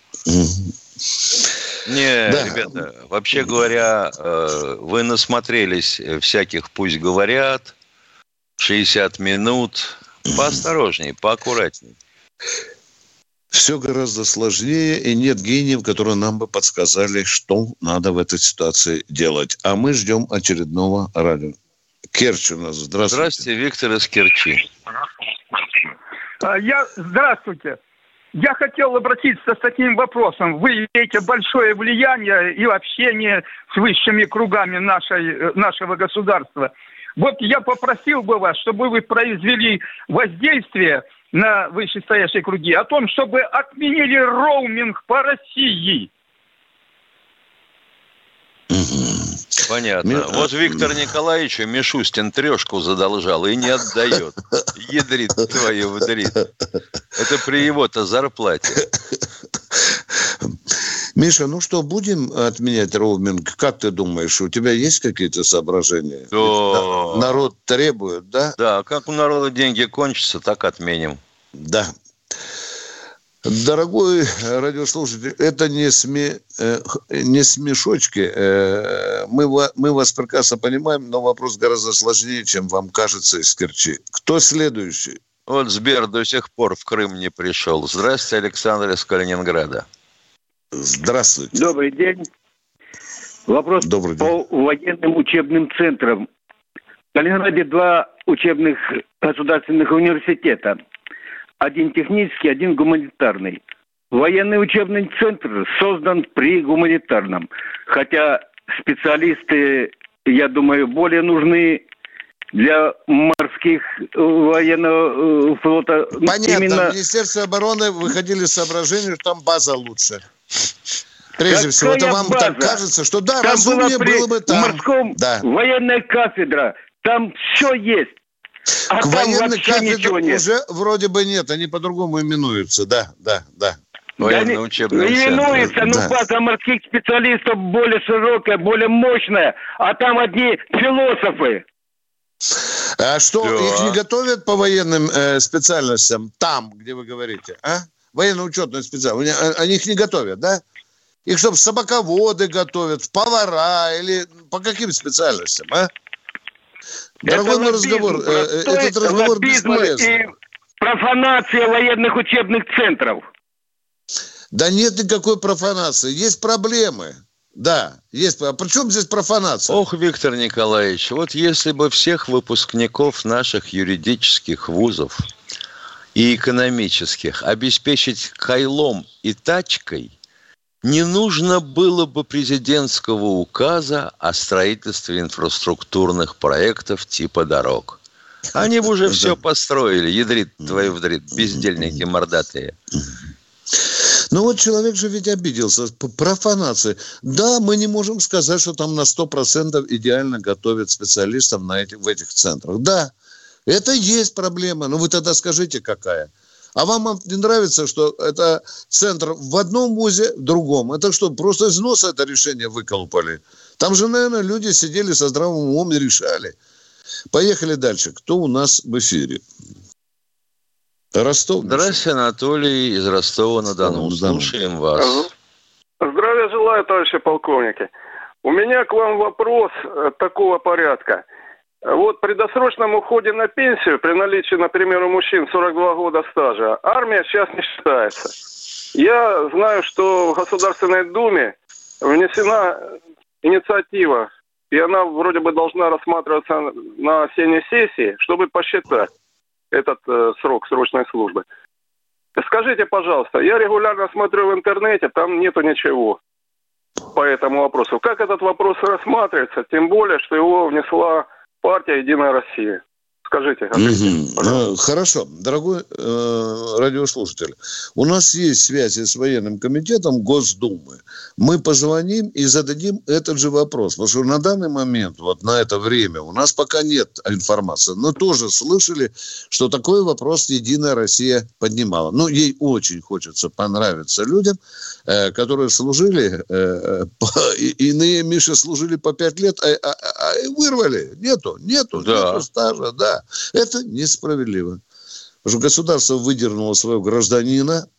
Speaker 3: Не,
Speaker 2: Да.
Speaker 3: ребята, вообще говоря, вы насмотрелись всяких «Пусть говорят», шестьдесят минут. Поосторожней, поаккуратней.
Speaker 2: Все гораздо сложнее, и нет гениев, которые нам бы подсказали, что надо в этой ситуации делать. А мы ждем очередного радио. Керчь у нас. Здравствуйте.
Speaker 3: Здравствуйте, Виктор из Керчи.
Speaker 11: Я, здравствуйте. Я хотел обратиться с таким вопросом. Вы имеете большое влияние и в общении с высшими кругами нашей, нашего государства. Вот я попросил бы вас, чтобы вы произвели воздействие на вышестоящие круги о том, чтобы отменили роуминг по России.
Speaker 3: Понятно.
Speaker 2: Ми-
Speaker 3: Вот Виктор Николаевич Мишустин трешку задолжал и не отдает. Ядрит твою вдрит. Это при его-то зарплате.
Speaker 2: Миша, ну что, будем отменять роуминг? Как ты думаешь, у тебя есть какие-то соображения?
Speaker 3: Да.
Speaker 2: На- Народ требует, да?
Speaker 3: Да, как у народа деньги кончатся, так отменим.
Speaker 2: Да. Дорогой радиослушатель, это не, сме, э, не смешочки. Э, мы, ва, мы вас прекрасно понимаем, но вопрос гораздо сложнее, чем вам кажется из Керчи. Кто следующий?
Speaker 3: Вот Сбер до сих пор в Крым не пришел. Здравствуйте, Александр из Калининграда.
Speaker 2: Здравствуйте.
Speaker 12: Добрый день. Вопрос
Speaker 2: Добрый
Speaker 12: по
Speaker 2: день.
Speaker 12: военным учебным центрам. В Калининграде два учебных государственных университета. Один технический, один гуманитарный. Военный учебный центр создан при гуманитарном. Хотя специалисты, я думаю, более нужны для морских военного флота.
Speaker 2: Понятно.
Speaker 12: Именно...
Speaker 2: В Министерстве обороны выходили с соображения, что там база лучше. Прежде
Speaker 12: Какая
Speaker 2: всего, это вам
Speaker 12: база?
Speaker 2: так кажется, что да,
Speaker 12: там
Speaker 2: разумнее
Speaker 12: при
Speaker 2: было бы там.
Speaker 12: В морском
Speaker 2: да.
Speaker 12: военная кафедра. Там все есть. А
Speaker 2: К
Speaker 12: там
Speaker 2: военной кафедре
Speaker 12: нет.
Speaker 2: уже вроде бы нет, они по-другому именуются, да, да, да.
Speaker 3: Военно-учебный
Speaker 12: не именуется, но
Speaker 2: да.
Speaker 12: база морских специалистов более широкая, более мощная, а там одни философы.
Speaker 2: А что,
Speaker 3: да.
Speaker 2: их не готовят по военным э, специальностям там, где вы говорите, а? Военно-учетные специальности, они их не готовят, да? Их, чтобы собаководы готовят, в повара или по каким специальностям, а? Дорогой мой разговор, э, этот разговор бесполезен.
Speaker 12: И профанация военных учебных центров.
Speaker 2: Да нет никакой профанации, есть проблемы. Да, есть. А при чем здесь профанация?
Speaker 3: Ох, Виктор Николаевич, вот если бы всех выпускников наших юридических вузов и экономических обеспечить кайлом и тачкой, не нужно было бы президентского указа о строительстве инфраструктурных проектов типа дорог. Они бы уже все построили, ядрит твою вдрит, бездельники мордатые.
Speaker 2: Ну вот человек же ведь обиделся. Профанация. Да, мы не можем сказать, что там на сто процентов идеально готовят специалистов на этих, в этих центрах. Да, это есть проблема. Но вы тогда скажите, какая? А вам не нравится, что это центр в одном вузе, в другом? Это что, просто из носа это решение выколупали? Там же, наверное, люди сидели со здравым умом и решали. Поехали дальше. Кто у нас в эфире? Ростов.
Speaker 3: Здравствуйте, Анатолий из Ростова-на-Дону. Слушаем вас.
Speaker 13: Здравия желаю, товарищи полковники. У меня к вам вопрос такого порядка. Вот при досрочном уходе на пенсию, при наличии, например, у мужчин сорок два года стажа, армия сейчас не считается. Я знаю, что в Государственной Думе внесена инициатива, и она вроде бы должна рассматриваться на осенней сессии, чтобы посчитать этот э, срок срочной службы. Скажите, пожалуйста, я регулярно смотрю в интернете, там нету ничего по этому вопросу. Как этот вопрос рассматривается, тем более, что его внесла партия «Единая Россия»? Скажите.
Speaker 2: Угу. Хорошо. Дорогой э, радиослушатель, у нас есть связи с военным комитетом Госдумы. Мы позвоним и зададим этот же вопрос. Потому что на данный момент, вот на это время, у нас пока нет информации. Но тоже слышали, что такой вопрос «Единая Россия» поднимала. Ну, ей очень хочется понравиться людям, э, которые служили, э, по, и, иные, Миша, служили по пять лет, а, а, а вырвали. Нету, нету, да. нету стажа, да. Это несправедливо. Потому что государство выдернуло своего гражданина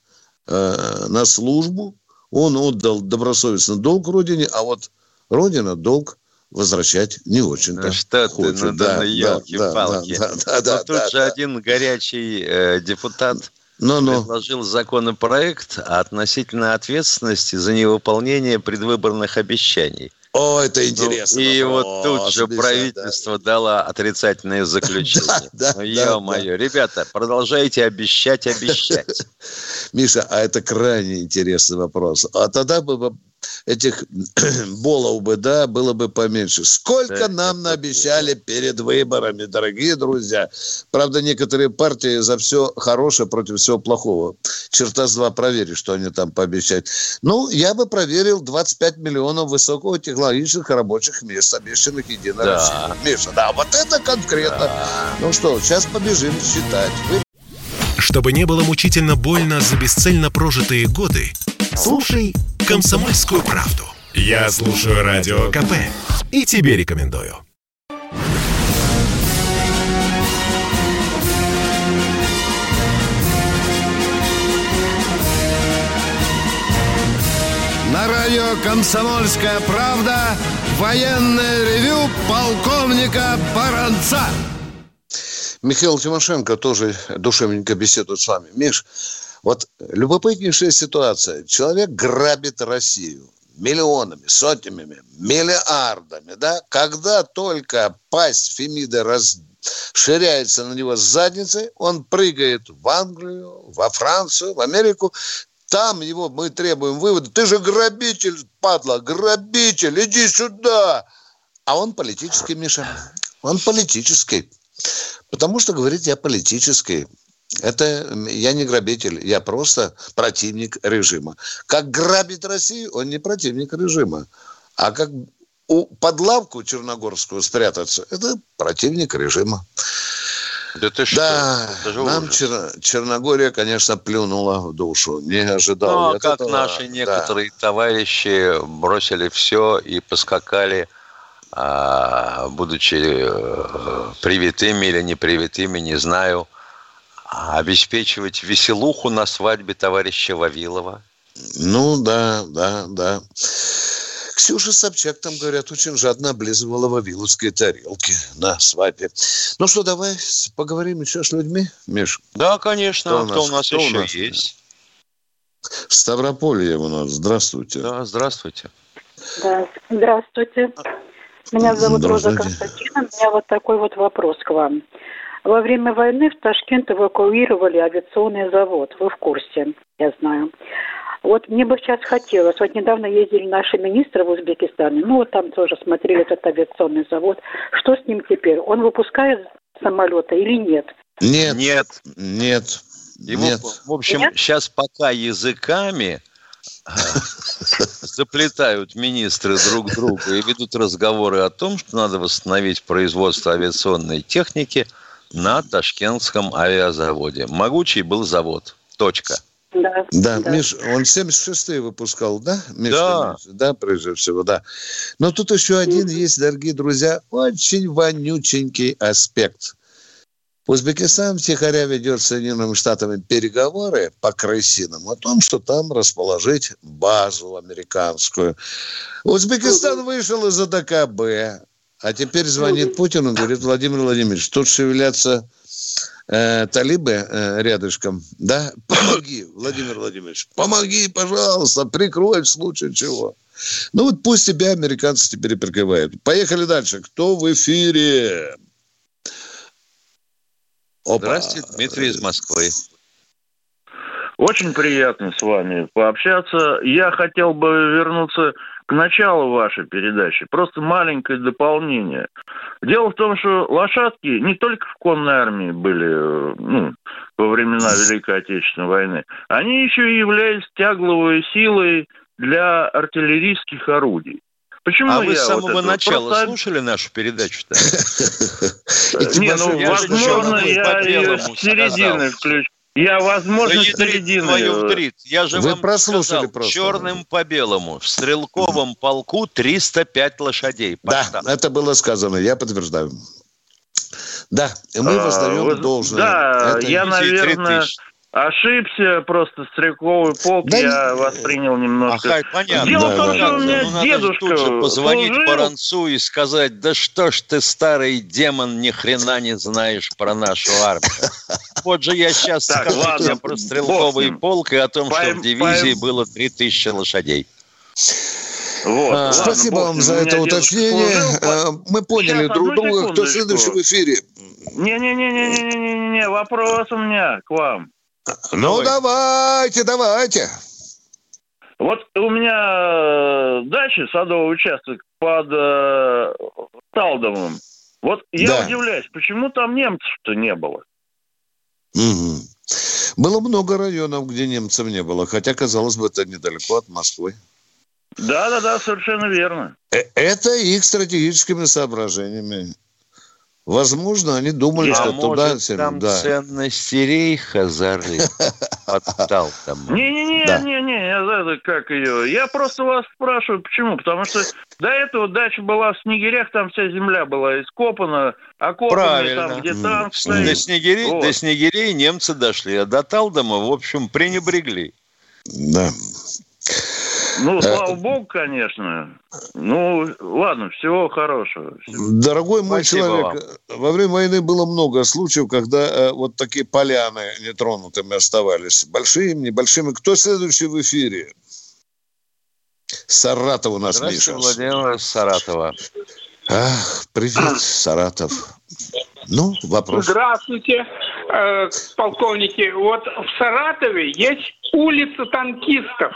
Speaker 2: э, на службу, он отдал добросовестно долг родине, а вот родина долг возвращать не очень-то
Speaker 3: Что
Speaker 2: хочет.
Speaker 3: ты, ну, да, да, елки-палки.
Speaker 2: Да, да, да,
Speaker 3: вот тут
Speaker 2: да,
Speaker 3: же
Speaker 2: да.
Speaker 3: один горячий э, депутат
Speaker 2: но, но.
Speaker 3: предложил законопроект относительно ответственности за невыполнение предвыборных обещаний.
Speaker 2: О, это интересно.
Speaker 3: Ну, и
Speaker 2: вопрос.
Speaker 3: вот тут же
Speaker 2: Миша,
Speaker 3: правительство
Speaker 2: да.
Speaker 3: дало отрицательное заключение.
Speaker 2: Да, да,
Speaker 3: ну,
Speaker 2: да,
Speaker 3: ё-моё,
Speaker 2: да.
Speaker 3: ребята, продолжайте обещать, обещать.
Speaker 2: Миша, а это крайне интересный вопрос. А тогда бы этих болов бы, да, было бы поменьше. Сколько да, нам наобещали перед выборами, дорогие друзья. Правда, некоторые партии за все хорошее против всего плохого. Черта с два проверить, что они там пообещают. Ну, я бы проверил двадцать пять миллионов высокотехнологичных рабочих мест, обещанных Единой
Speaker 3: да.
Speaker 2: Россией. Миша, да, вот это конкретно. Да. Ну что, сейчас побежим считать. Вы...
Speaker 1: Чтобы не было мучительно больно за бесцельно прожитые годы, слушай «Комсомольскую правду». Я слушаю Радио КП и тебе рекомендую.
Speaker 4: На радио «Комсомольская правда» военное ревю полковника Баранца.
Speaker 2: Михаил Тимошенко тоже душевненько беседует с вами. Миш, вот любопытнейшая ситуация. Человек грабит Россию миллионами, сотнями, миллиардами, да? Когда только пасть Фемиды расширяется на него с задницей, он прыгает в Англию, во Францию, в Америку. Там его мы требуем вывода. Ты же грабитель, падла, грабитель, иди сюда. А он политический, Миша. Он политический. Потому что говорит, я политический. Это я не грабитель, я просто противник режима. Как грабит Россию, он не противник режима. А как у, под лавку черногорскую спрятаться, это противник режима.
Speaker 3: Да ты что?
Speaker 2: Да, нам
Speaker 3: Чер-
Speaker 2: Черногория, конечно, плюнула в душу. Не ожидал.
Speaker 3: Ну, а
Speaker 2: я
Speaker 3: как
Speaker 2: этого,
Speaker 3: наши некоторые да. товарищи бросили все и поскакали, а, будучи э, привитыми или непривитыми, не знаю, обеспечивать веселуху на свадьбе товарища Вавилова.
Speaker 2: Ну, да, да, да. Ксюша Собчак, там, говорят, очень жадно облизывала вавиловские тарелки на свадьбе. Ну что, давай поговорим еще с людьми, Миш?
Speaker 3: Да, конечно. Кто, кто у нас, кто еще у нас есть?
Speaker 2: Ставрополье у нас. Здравствуйте.
Speaker 3: Да, здравствуйте.
Speaker 14: Да, здравствуйте. Меня зовут Роза Константиновна. У меня вот такой вот вопрос к вам. Во время войны в Ташкент эвакуировали авиационный завод. Вы в курсе, я знаю. Вот мне бы сейчас хотелось, вот недавно ездили наши министры в Узбекистане, ну вот там тоже смотрели этот авиационный завод. Что с ним теперь? Он выпускает самолеты или нет?
Speaker 2: Нет. Нет. Нет.
Speaker 3: Его,
Speaker 2: нет.
Speaker 3: В общем, нет? Сейчас пока языками заплетают министры друг друга и ведут разговоры о том, что надо восстановить производство авиационной техники на Ташкентском авиазаводе. Могучий был завод. Точка.
Speaker 14: Да,
Speaker 2: да,
Speaker 14: да,
Speaker 2: Миш, он семьдесят шестые выпускал, да? Миш,
Speaker 3: да.
Speaker 2: Да, прежде всего, да. Но тут еще один mm-hmm. есть, дорогие друзья, очень вонюченький аспект. Узбекистан втихаря ведет с Соединенными Штатами переговоры по крысинам о том, что там расположить базу американскую. Узбекистан mm-hmm. вышел из АДКБ, а теперь звонит mm-hmm. Путину и говорит: Владимир Владимирович, тут шевелятся Э, талибы э, рядышком, да, помоги, Владимир Владимирович, помоги, пожалуйста, прикрой в случае чего. Ну вот пусть тебя американцы теперь прикрывают. Поехали дальше. Кто в эфире?
Speaker 3: Опа. Здравствуйте, Дмитрий из Москвы.
Speaker 15: Очень приятно с вами пообщаться. Я хотел бы вернуться к началу вашей передачи. Просто маленькое дополнение. Дело в том, что лошадки не только в конной армии были, ну, во времена Великой Отечественной войны, они еще и являлись тягловой силой для артиллерийских орудий. Почему
Speaker 3: а вы
Speaker 15: я
Speaker 3: с самого
Speaker 15: вот
Speaker 3: начала
Speaker 15: просто...
Speaker 3: слушали нашу передачу-то?
Speaker 15: Не, ну, возможно, я ее с середины включу. Я, возможно, с середины...
Speaker 3: Я же
Speaker 2: Вы
Speaker 3: вам
Speaker 2: прослушали
Speaker 3: сказал,
Speaker 2: просто.
Speaker 3: Черным по белому. В стрелковом полку триста пять лошадей.
Speaker 2: Да, это было сказано, я подтверждаю. Да, и мы воздаем
Speaker 15: а,
Speaker 2: должное.
Speaker 15: Да,
Speaker 2: это
Speaker 15: я, наверное, ошибся. Просто стрелковый полк да, я воспринял немножко.
Speaker 3: Ага, понятно.
Speaker 15: Дело
Speaker 3: да,
Speaker 15: в том,
Speaker 3: да,
Speaker 15: что
Speaker 3: да,
Speaker 15: у меня
Speaker 3: ну,
Speaker 15: дедушка
Speaker 3: надо тут же позвонить
Speaker 15: служил.
Speaker 3: Баранцу и сказать: да что ж ты, старый демон, ни хрена не знаешь про нашу армию. Вот же я сейчас
Speaker 15: так,
Speaker 3: скажу
Speaker 15: ладно,
Speaker 3: тебе про стрелковый полк и о том,
Speaker 15: пойм,
Speaker 3: что в дивизии
Speaker 15: пойм...
Speaker 3: было три тысячи лошадей.
Speaker 15: Вот,
Speaker 2: а, ладно, спасибо вам за это уточнение. Служил, Мы поняли сейчас, друг друга. Кто следующий в эфире?
Speaker 15: Не-не-не-не-не-не-не, вопрос у меня к вам.
Speaker 2: Ну, давайте, давайте.
Speaker 15: Вот у меня дача, садовый участок под э, Талдомом. Вот я да. удивляюсь, почему там немцев-то не было?
Speaker 2: Угу. Было много районов, где немцев не было, хотя, казалось бы, это недалеко от Москвы.
Speaker 15: Да-да-да, совершенно верно.
Speaker 2: Это их стратегическими соображениями. Возможно, они думали,
Speaker 3: а
Speaker 2: что
Speaker 3: может,
Speaker 2: туда...
Speaker 3: там
Speaker 2: да.
Speaker 3: ценности рейха зарыты под Талдомом.
Speaker 15: Не-не-не, как ее... Я просто вас спрашиваю, почему? Потому что до этого дача была в Снегирях, там вся земля была ископана, окопанная, там, где танк стоит.
Speaker 3: До Снегирей, вот. до Снегирей немцы дошли, а до Талдома, в общем, пренебрегли.
Speaker 2: Да.
Speaker 15: Ну, слава богу, конечно. Ну, ладно, всего хорошего.
Speaker 2: Дорогой мой
Speaker 15: Спасибо
Speaker 2: человек,
Speaker 15: вам.
Speaker 2: во время войны было много случаев, когда э, вот такие поляны нетронутыми оставались. Большими, небольшими. Кто следующий в эфире? Саратов у нас,
Speaker 3: Здравствуйте,
Speaker 2: Миша.
Speaker 3: Владимир из Саратова.
Speaker 2: Ах, привет, Саратов. Ну, вопрос.
Speaker 16: Здравствуйте, э, полковники. Вот в Саратове есть улица танкистов.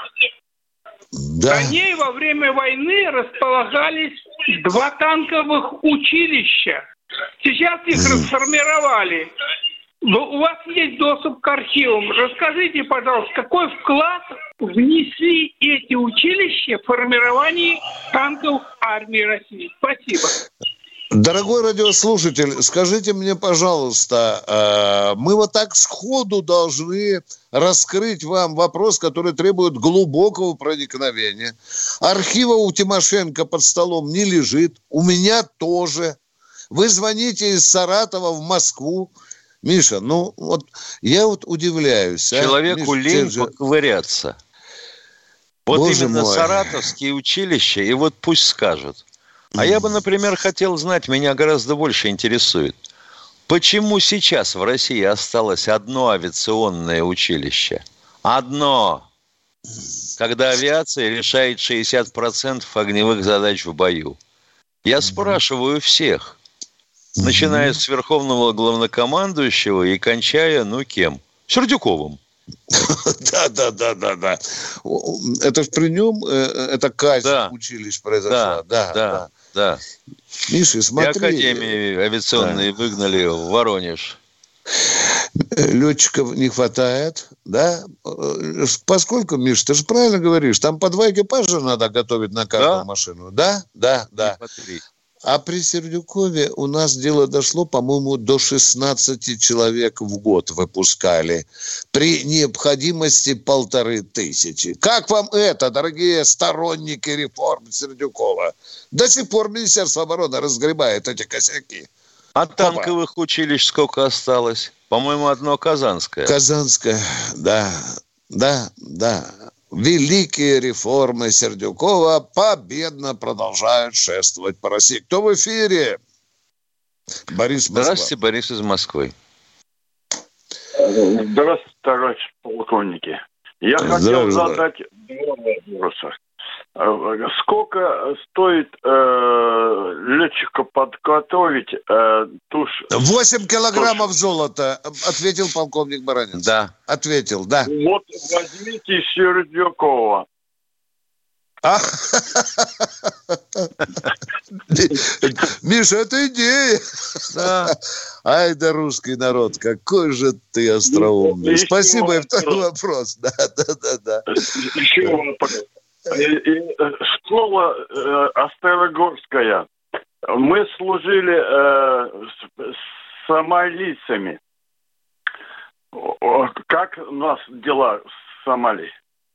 Speaker 2: Да.
Speaker 16: На ней во время войны располагались два танковых училища. Сейчас их расформировали. Но у вас есть доступ к архивам. Расскажите, пожалуйста, какой вклад внесли эти училища в формирование танков армии России? Спасибо.
Speaker 2: Дорогой радиослушатель, скажите мне, пожалуйста, э, мы вот так сходу должны раскрыть вам вопрос, который требует глубокого проникновения. Архива у Тимошенко под столом не лежит, у меня тоже. Вы звоните из Саратова в Москву. Миша, ну вот я вот удивляюсь.
Speaker 3: Человеку
Speaker 2: а? Миша,
Speaker 3: лень
Speaker 2: же...
Speaker 3: поковыряться. Вот
Speaker 2: Боже
Speaker 3: именно
Speaker 2: мой.
Speaker 3: саратовские училища, и вот пусть скажут. А я бы, например, хотел знать, меня гораздо больше интересует, почему сейчас в России осталось одно авиационное училище? Одно. Когда авиация решает шестьдесят процентов огневых задач в бою. Я спрашиваю всех, начиная с верховного главнокомандующего и кончая, ну, кем? Сердюковым.
Speaker 2: Да, да, да, да, да. Это ж при нем, это казнь
Speaker 3: Да.
Speaker 2: училищ произошла.
Speaker 3: Да,
Speaker 2: Да,
Speaker 3: да,
Speaker 2: да.
Speaker 3: да.
Speaker 2: Миша,
Speaker 3: И
Speaker 2: смотри.
Speaker 3: академии авиационные выгнали в Воронеж.
Speaker 2: Летчиков не хватает, да? Поскольку, Миш, ты же правильно говоришь, там по два экипажа надо готовить на каждую
Speaker 3: Да.
Speaker 2: машину. Да, да, да.
Speaker 3: По три.
Speaker 2: А при Сердюкове у нас дело дошло, по-моему, до шестнадцати человек в год выпускали. При необходимости полторы тысячи. Как вам это, дорогие сторонники реформ Сердюкова? До сих пор Министерство обороны разгребает эти косяки.
Speaker 3: А танковых училищ сколько осталось? По-моему, одно Казанское.
Speaker 2: Казанская, да, да, да. Великие реформы Сердюкова победно продолжают шествовать по России. Кто в эфире? Борис, Москва.
Speaker 3: Здравствуйте, Борис из Москвы.
Speaker 17: Здравствуйте, товарищ полковники. Я хотел
Speaker 2: Здравия
Speaker 17: задать два вопроса. Сколько стоит э, летчика подготовить э, тушь?
Speaker 2: Восемь килограммов золота, ответил полковник Баранец.
Speaker 3: Да.
Speaker 2: Ответил, да.
Speaker 17: Вот возьмите Сердюкова.
Speaker 2: А? Миша, это идея.
Speaker 3: Да.
Speaker 2: Ай да русский народ, какой же ты остроумный.
Speaker 17: Еще
Speaker 2: Спасибо, и
Speaker 17: вопрос.
Speaker 2: второй вопрос. Да, да, да, да.
Speaker 17: Еще вопрос. И, и, школа э, Острогорская. Мы служили э, с, с сомалийцами. О, как у нас дела с Сомали?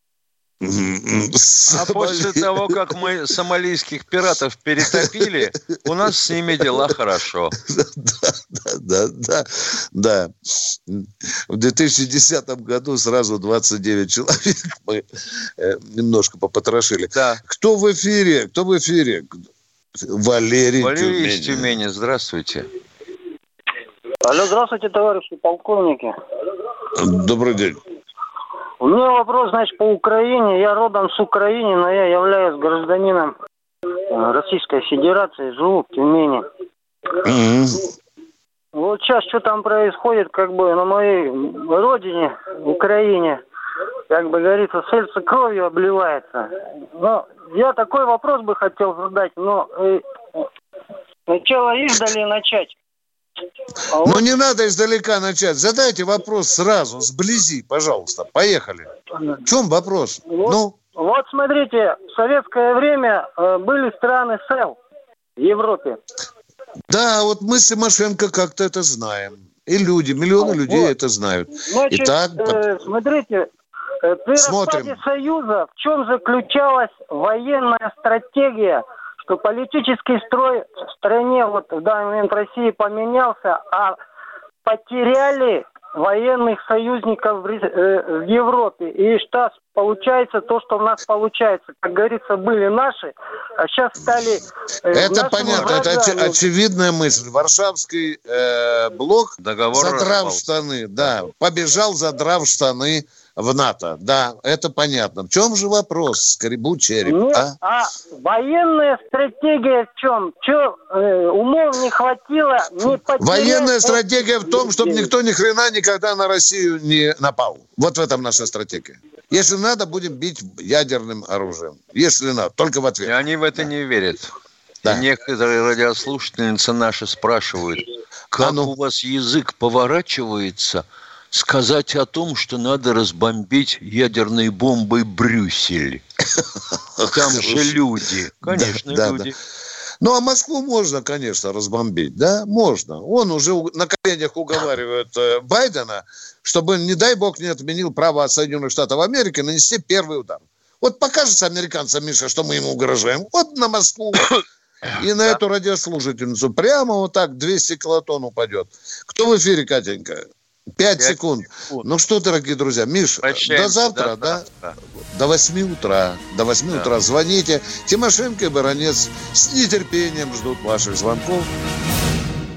Speaker 3: А после того, как мы сомалийских пиратов перетопили, у нас с ними дела хорошо.
Speaker 2: Да, да, да, да. В две тысячи десятом году сразу двадцать девять человек мы э, немножко попотрошили.
Speaker 3: Да.
Speaker 2: Кто в эфире? Кто в эфире? Валерий,
Speaker 3: Валерий
Speaker 2: Тюмень.
Speaker 3: из Тюмени, здравствуйте.
Speaker 18: Алло, здравствуйте, товарищи полковники.
Speaker 2: Добрый день.
Speaker 18: У меня вопрос, значит, по Украине. Я родом с Украины, но я являюсь гражданином Российской Федерации, живу в Тюмени.
Speaker 2: Mm-hmm.
Speaker 18: Вот сейчас что там происходит, как бы на моей родине, Украине, как бы говорится, сердце кровью обливается. Но я такой вопрос бы хотел задать, но э, сначала издали начать. А
Speaker 2: Ну,
Speaker 18: вот,
Speaker 2: не надо издалека начать. Задайте вопрос сразу, сблизи, пожалуйста. Поехали. В чем вопрос?
Speaker 18: вот,
Speaker 2: Ну,
Speaker 18: вот смотрите, в советское время э, были страны СЭЛ в Европе.
Speaker 2: да, вот мы с Тимошенко как-то это знаем. И люди, миллионы людей
Speaker 18: Вот.
Speaker 2: это знают.
Speaker 18: Значит,
Speaker 2: Итак,
Speaker 18: э, смотрите, э, при
Speaker 2: Смотрим.
Speaker 18: распаде Союза в чем заключалась военная стратегия, что политический строй в стране, вот в данный момент России поменялся, а потеряли военных союзников в Европе. И что получается то, что у нас получается. Как говорится, были наши, а сейчас стали...
Speaker 2: Это понятно, врагами. Это оч- очевидная мысль. Варшавский э, блок Договор задрав штаны, да, побежал, задрав штаны в НАТО. Да, это понятно. В чем же вопрос? Скребу череп.
Speaker 18: Нет, а? а военная стратегия в чем? Че, э, умов не хватило, не потерять...
Speaker 2: Военная стратегия в том, чтобы никто ни хрена никогда на Россию не напал. Вот в этом наша стратегия. Если надо, будем бить ядерным оружием. Если надо, только в ответ.
Speaker 3: И они в это да. не верят. Да. И некоторые радиослушательницы наши спрашивают, как а ну. у вас язык поворачивается сказать о том, что надо разбомбить ядерной бомбой Брюссель. Там же люди. Конечно,
Speaker 2: да,
Speaker 3: люди.
Speaker 2: Да, да. Ну, а Москву можно, конечно, разбомбить, да? Можно. Он уже на коленях уговаривает э, Байдена, чтобы, не дай бог, не отменил право Соединенных Штатов Америки нанести первый удар. Вот покажется американцам, Миша, что мы ему угрожаем. Вот на Москву и на эту радиослушательницу прямо вот так двести килотонн упадет. Кто в эфире, Катенька? Пять секунд. секунд. Ну что, дорогие друзья, Миш, до завтра, да? да? До восьми утра. До восьми да. утра звоните. Тимошенко и Баранец с нетерпением ждут ваших звонков.